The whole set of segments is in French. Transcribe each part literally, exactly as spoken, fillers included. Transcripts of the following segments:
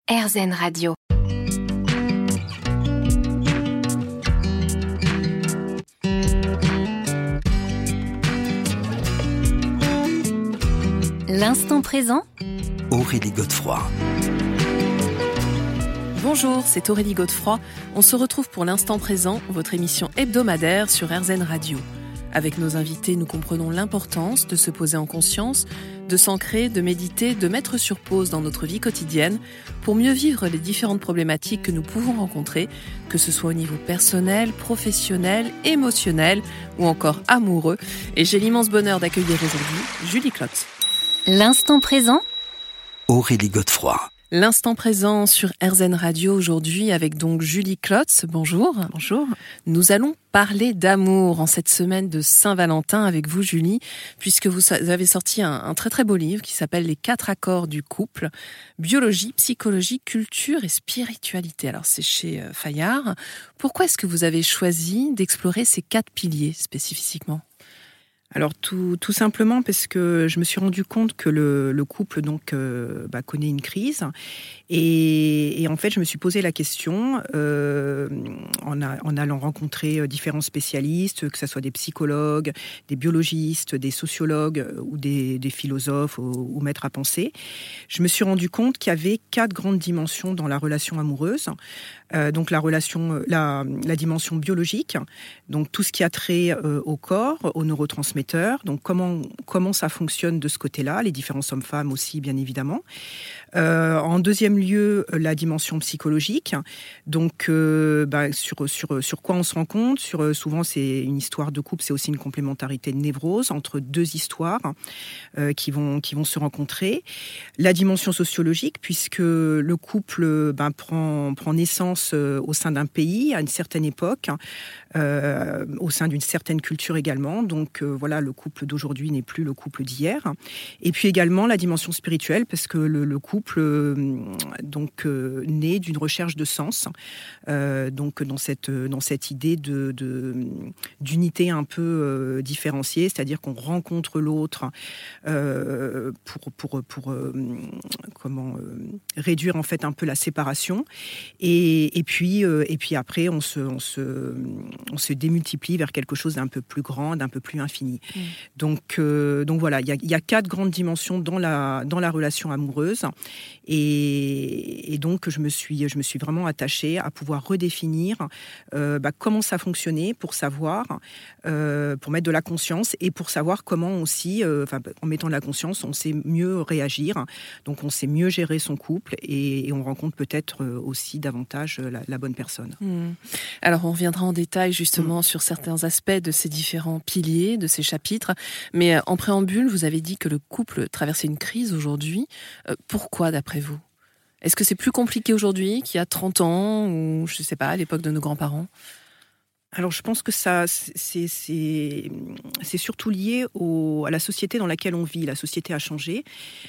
RZN Radio. L'instant présent, Aurélie Godefroy. Bonjour, c'est Aurélie Godefroy. On se retrouve pour l'instant présent, votre émission hebdomadaire sur RZN Radio. Avec nos invités, nous comprenons l'importance de se poser en conscience, de s'ancrer, de méditer, de mettre sur pause dans notre vie quotidienne pour mieux vivre les différentes problématiques que nous pouvons rencontrer, que ce soit au niveau personnel, professionnel, émotionnel ou encore amoureux. Et j'ai l'immense bonheur d'accueillir aujourd'hui Julie Klotz. L'instant présent, Aurélie Godefroy. L'instant présent sur RZN Radio aujourd'hui avec donc Julie Klotz. Bonjour. Bonjour. Nous allons parler d'amour en cette semaine de Saint-Valentin avec vous, Julie, puisque vous avez sorti un, un très très beau livre qui s'appelle Les quatre accords du couple, biologie, psychologie, culture et spiritualité. Alors c'est chez Fayard. Pourquoi est-ce que vous avez choisi d'explorer ces quatre piliers spécifiquement ? Alors tout, tout simplement parce que je me suis rendu compte que le, le couple donc euh, bah, connaît une crise et, et en fait je me suis posé la question euh, en, a, en allant rencontrer différents spécialistes, que ce soit des psychologues, des biologistes, des sociologues ou des, des philosophes ou, ou maîtres à penser. Je me suis rendu compte qu'il y avait quatre grandes dimensions dans la relation amoureuse. Euh, donc la relation, la, la dimension biologique, donc tout ce qui a trait euh, au corps, aux neurotransmetteurs, donc comment comment ça fonctionne de ce côté-là, les différents hommes-femmes aussi bien évidemment. Euh, en deuxième lieu, la dimension psychologique, donc euh, bah, sur sur sur quoi on se rend compte, sur souvent c'est une histoire de couple, c'est aussi une complémentarité de névrose entre deux histoires euh, qui vont qui vont se rencontrer. La dimension sociologique, puisque le couple bah, prend prend naissance au sein d'un pays à une certaine époque, euh, au sein d'une certaine culture également. Donc euh, voilà, le couple d'aujourd'hui n'est plus le couple d'hier. Et puis également la dimension spirituelle, parce que le, le couple euh, donc euh, naît d'une recherche de sens. Euh, donc dans cette dans cette idée de, de d'unité un peu euh, différenciée, c'est-à-dire qu'on rencontre l'autre euh, pour pour pour euh, comment euh, réduire en fait un peu la séparation. Et, et puis euh, et puis après on se on se on se démultiplie vers quelque chose d'un peu plus grand, d'un peu plus infini. Mmh. Donc euh, donc voilà, il y a il y a quatre grandes dimensions dans la dans la relation amoureuse et, et donc je me suis je me suis vraiment attachée à pouvoir redéfinir euh, bah, comment ça fonctionnait pour savoir euh, pour mettre de la conscience et pour savoir comment aussi euh, enfin en mettant de la conscience on sait mieux réagir, donc on sait mieux gérer son couple et, et on rencontre peut-être aussi davantage la, la bonne personne. Mmh. Alors on reviendra en détail justement mmh. sur certains aspects de ces différents piliers, de ces chapitres, mais en préambule vous avez dit que le couple traversait une crise aujourd'hui. Euh, pourquoi d'après vous ? Est-ce que c'est plus compliqué aujourd'hui qu'il y a trente ans ou je ne sais pas, à l'époque de nos grands-parents ? Alors je pense que ça, c'est, c'est, c'est surtout lié au, à la société dans laquelle on vit. La société a changé.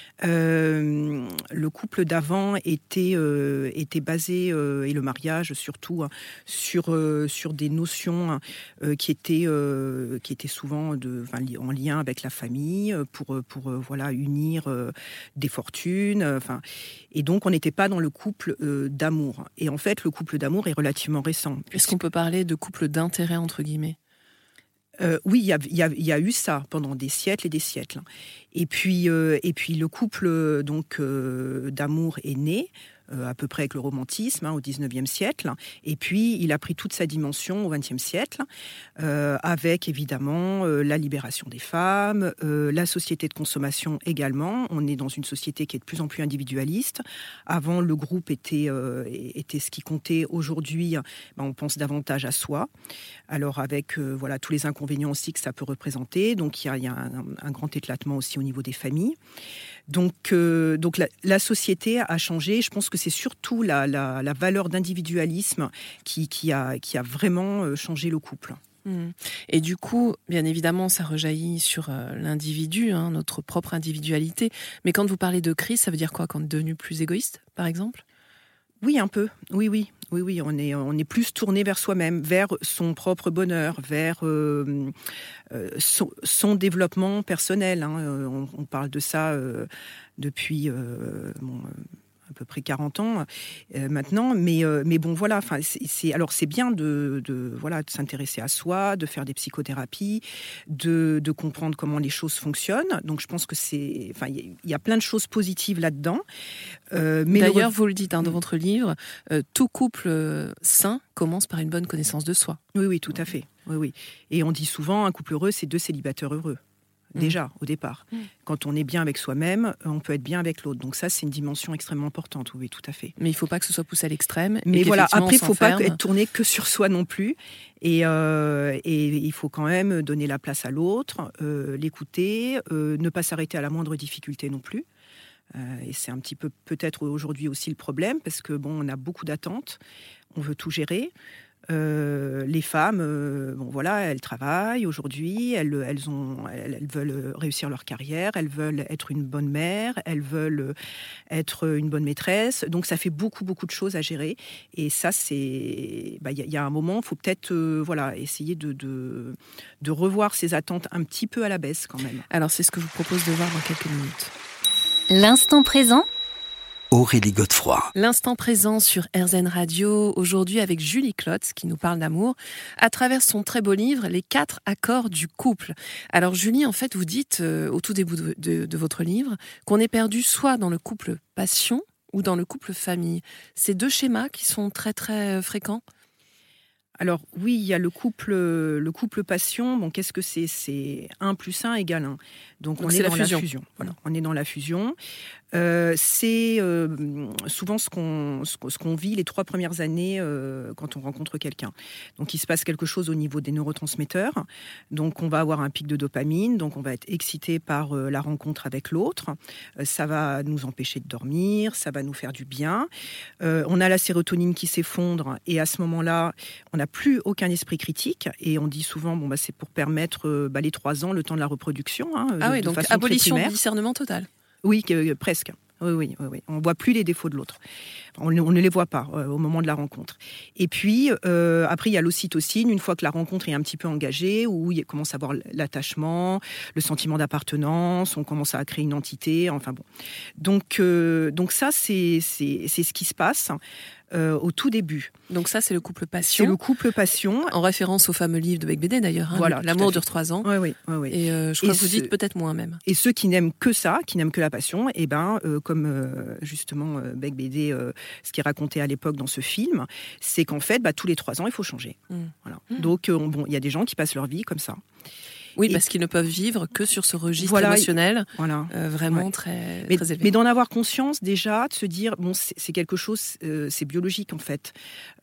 Euh, le couple d'avant était, euh, était basé, euh, et le mariage surtout, sur, euh, sur des notions euh, qui, étaient, euh, qui étaient souvent de, enfin, en lien avec la famille, pour, pour euh, voilà, unir euh, des fortunes. Enfin, et donc on n'était pas dans le couple euh, d'amour. Et en fait, le couple d'amour est relativement récent. Est-ce qu'on peut parler de couple d'intérêt, entre guillemets ? Euh, oui, il y a, y, a, y a eu ça pendant des siècles et des siècles. Et puis, euh, et puis le couple donc euh, d'amour est né euh, à peu près avec le romantisme hein, au dix-neuvième siècle. Et puis, il a pris toute sa dimension au vingtième siècle, euh, avec évidemment euh, la libération des femmes, euh, la société de consommation également. On est dans une société qui est de plus en plus individualiste. Avant, le groupe était, euh, était ce qui comptait. Aujourd'hui, ben, on pense davantage à soi. Alors, avec euh, voilà, tous les inconvénients aussi que ça peut représenter. Donc, il y a, y a un, un grand éclatement aussi au niveau des familles. Donc, euh, donc la, la société a changé. Je pense que c'est surtout la, la, la valeur d'individualisme qui, qui, a, qui a vraiment changé le couple. Et du coup, bien évidemment, ça rejaillit sur euh, l'individu, hein, notre propre individualité. Mais quand vous parlez de crise, ça veut dire quoi ? Quand on est devenu plus égoïste, par exemple ? Oui, un peu. Oui, oui. Oui, oui, on est, on est plus tourné vers soi-même, vers son propre bonheur, vers euh, euh, son, son développement personnel. Hein. On, on parle de ça euh, depuis... Euh, bon, à peu près quarante ans euh, maintenant. Mais, euh, mais bon, voilà. Enfin, c'est, c'est, alors, c'est bien de, de, voilà, de s'intéresser à soi, de faire des psychothérapies, de, de comprendre comment les choses fonctionnent. Donc, je pense que c'est... Enfin, il y, y a plein de choses positives là-dedans. Euh, mais D'ailleurs, le... vous le dites hein, dans votre livre, euh, tout couple euh, sain commence par une bonne connaissance de soi. Oui, oui, tout à fait. Oui, oui. Et on dit souvent, un couple heureux, c'est deux célibataires heureux. Déjà, mmh. au départ. Mmh. Quand on est bien avec soi-même, on peut être bien avec l'autre. Donc ça, c'est une dimension extrêmement importante, oui, tout à fait. Mais il ne faut pas que ce soit poussé à l'extrême. Mais voilà, après, il ne faut pas être tourné que sur soi non plus. Et, euh, et il faut quand même donner la place à l'autre, euh, l'écouter, euh, ne pas s'arrêter à la moindre difficulté non plus. Euh, et c'est un petit peu peut-être aujourd'hui aussi le problème, parce que bon, on a beaucoup d'attentes, on veut tout gérer. Euh, les femmes, euh, bon voilà, elles travaillent aujourd'hui, elles, elles, ont, elles, elles veulent réussir leur carrière, elles veulent être une bonne mère, elles veulent être une bonne maîtresse. Donc ça fait beaucoup, beaucoup de choses à gérer. Et ça, c'est, bah, y, y a un moment, il faut peut-être, euh, voilà, essayer de, de, de revoir ses attentes un petit peu à la baisse quand même. Alors c'est ce que je vous propose de voir dans quelques minutes. L'instant présent. Aurélie Godefroy. L'instant présent sur R Z N Radio, aujourd'hui avec Julie Klotz qui nous parle d'amour à travers son très beau livre Les quatre accords du couple. Alors Julie, en fait, vous dites euh, au tout début de, de, de votre livre qu'on est perdu soit dans le couple passion ou dans le couple famille. Ces deux schémas qui sont très très fréquents. Alors oui, il y a le couple, le couple passion. Bon, qu'est-ce que c'est ? C'est un plus un égale un. Donc, Donc on est la dans fusion. la fusion. Voilà, on est dans la fusion. Euh, c'est euh, souvent ce qu'on, ce, ce qu'on vit les trois premières années euh, quand on rencontre quelqu'un. Donc il se passe quelque chose au niveau des neurotransmetteurs. Donc on va avoir un pic de dopamine. Donc on va être excité par euh, la rencontre avec l'autre. Euh, ça va nous empêcher de dormir. Ça va nous faire du bien. Euh, on a la sérotonine qui s'effondre et à ce moment-là, on n'a plus aucun esprit critique. Et on dit souvent, bon bah c'est pour permettre euh, bah, les trois ans, le temps de la reproduction. Hein, ah de, oui, de donc façon abolition du discernement total. Oui, que, presque. Oui, oui, oui, oui. On ne voit plus les défauts de l'autre. On, on ne les voit pas euh, au moment de la rencontre. Et puis, euh, après, il y a l'ocytocine, une fois que la rencontre est un petit peu engagée, où il commence à avoir l'attachement, le sentiment d'appartenance, on commence à créer une entité, enfin bon. Donc, euh, donc ça, c'est, c'est, c'est ce qui se passe. Euh, au tout début. Donc ça, c'est le couple passion. C'est le couple passion. En référence au fameux livre de Becbédé, d'ailleurs. Hein, voilà, L'amour dure trois ans. Oui, oui, oui, oui. Et euh, je crois et que vous ce... dites peut-être moins même. Et ceux qui n'aiment que ça, qui n'aiment que la passion, eh ben, euh, comme euh, justement euh, Becbédé, euh, ce qu'il racontait à l'époque dans ce film, c'est qu'en fait, bah, tous les trois ans, il faut changer. Mmh. Voilà. Mmh. Donc, euh, bon, il y a des gens qui passent leur vie comme ça. Oui, et... parce qu'ils ne peuvent vivre que sur ce registre voilà, émotionnel, voilà. Euh, vraiment ouais. très, mais, très élevé. Mais d'en avoir conscience déjà, de se dire, bon, c'est, c'est quelque chose, euh, c'est biologique en fait.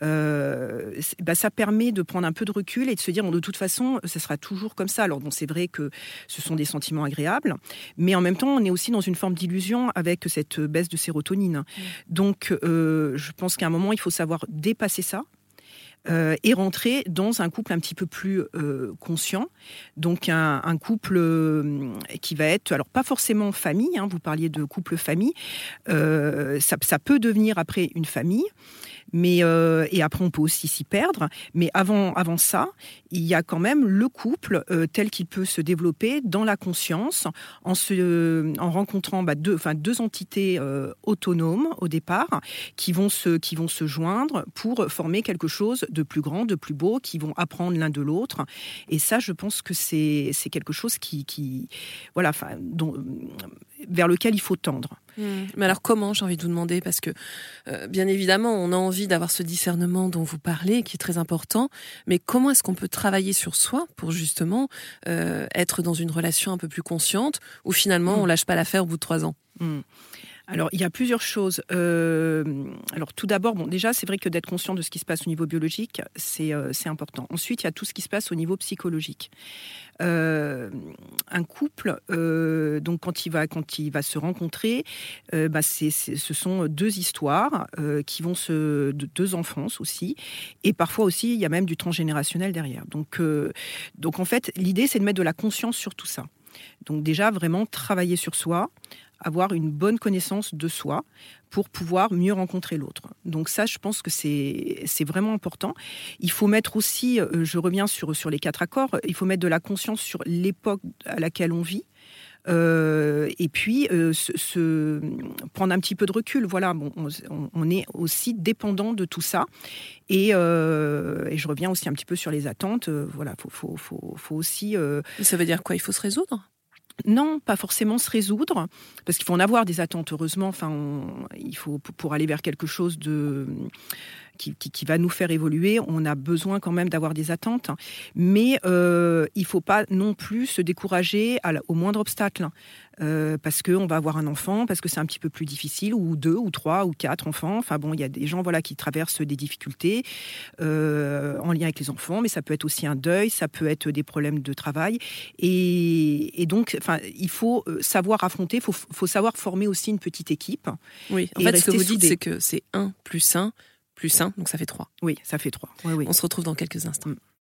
Euh, bah, ça permet de prendre un peu de recul et de se dire, bon, de toute façon, ça sera toujours comme ça. Alors bon, c'est vrai que ce sont des sentiments agréables, mais en même temps, on est aussi dans une forme d'illusion avec cette baisse de sérotonine. Mmh. Donc, euh, je pense qu'à un moment, il faut savoir dépasser ça. Euh, et rentrer dans un couple un petit peu plus euh, conscient, donc un, un couple euh, qui va être, alors pas forcément famille, hein, vous parliez de couple famille, euh, ça, ça peut devenir après une famille, mais euh, et après on peut aussi s'y perdre, mais avant, avant ça, il y a quand même le couple euh, tel qu'il peut se développer dans la conscience, en, se, euh, en rencontrant bah, deux, enfin, deux entités euh, autonomes au départ, qui vont, se, qui vont se joindre pour former quelque chose de plus grand, de plus beau, qui vont apprendre l'un de l'autre. Et ça, je pense que c'est, c'est quelque chose qui, qui, voilà, enfin, dont, vers lequel il faut tendre. Mmh. Mais alors comment, j'ai envie de vous demander, parce que euh, bien évidemment, on a envie d'avoir ce discernement dont vous parlez, qui est très important, mais comment est-ce qu'on peut travailler sur soi pour justement euh, être dans une relation un peu plus consciente, où finalement, mmh. on lâche pas l'affaire au bout de trois ans ? mmh. Alors, il y a plusieurs choses. Euh, alors, tout d'abord, bon, déjà, c'est vrai que d'être conscient de ce qui se passe au niveau biologique, c'est, euh, c'est important. Ensuite, il y a tout ce qui se passe au niveau psychologique. Euh, un couple, euh, donc quand il va, quand il va se rencontrer, euh, bah, c'est, c'est, ce sont deux histoires euh, qui vont se, de deux enfances aussi, et parfois aussi, il y a même du transgénérationnel derrière. Donc, euh, donc en fait, l'idée, c'est de mettre de la conscience sur tout ça. Donc déjà, vraiment travailler sur soi, avoir une bonne connaissance de soi pour pouvoir mieux rencontrer l'autre. Donc ça, je pense que c'est, c'est vraiment important. Il faut mettre aussi, je reviens sur, sur les quatre accords, il faut mettre de la conscience sur l'époque à laquelle on vit. Euh, et puis, euh, se, se, prendre un petit peu de recul. Voilà, bon, on, on est aussi dépendant de tout ça. Et, euh, et je reviens aussi un petit peu sur les attentes. Euh, voilà, faut, faut, faut, faut aussi... Euh... Ça veut dire quoi ? Il faut se résoudre ? Non, pas forcément se résoudre, parce qu'il faut en avoir des attentes, heureusement. Enfin, on, il faut, pour aller vers quelque chose de, qui, qui, qui va nous faire évoluer, on a besoin quand même d'avoir des attentes. Mais euh, il ne faut pas non plus se décourager à la, au moindre obstacle. Euh, parce qu'on va avoir un enfant, parce que c'est un petit peu plus difficile, ou deux, ou trois, ou quatre enfants. Enfin bon, il y a des gens voilà, qui traversent des difficultés euh, en lien avec les enfants, mais ça peut être aussi un deuil, ça peut être des problèmes de travail. Et, et donc, enfin, il faut savoir affronter, il faut, faut savoir former aussi une petite équipe. Oui, en fait, ce que vous dites, c'est que c'est un plus un plus un, donc ça fait trois. Oui, ça fait trois. Oui, oui. On se retrouve dans quelques instants.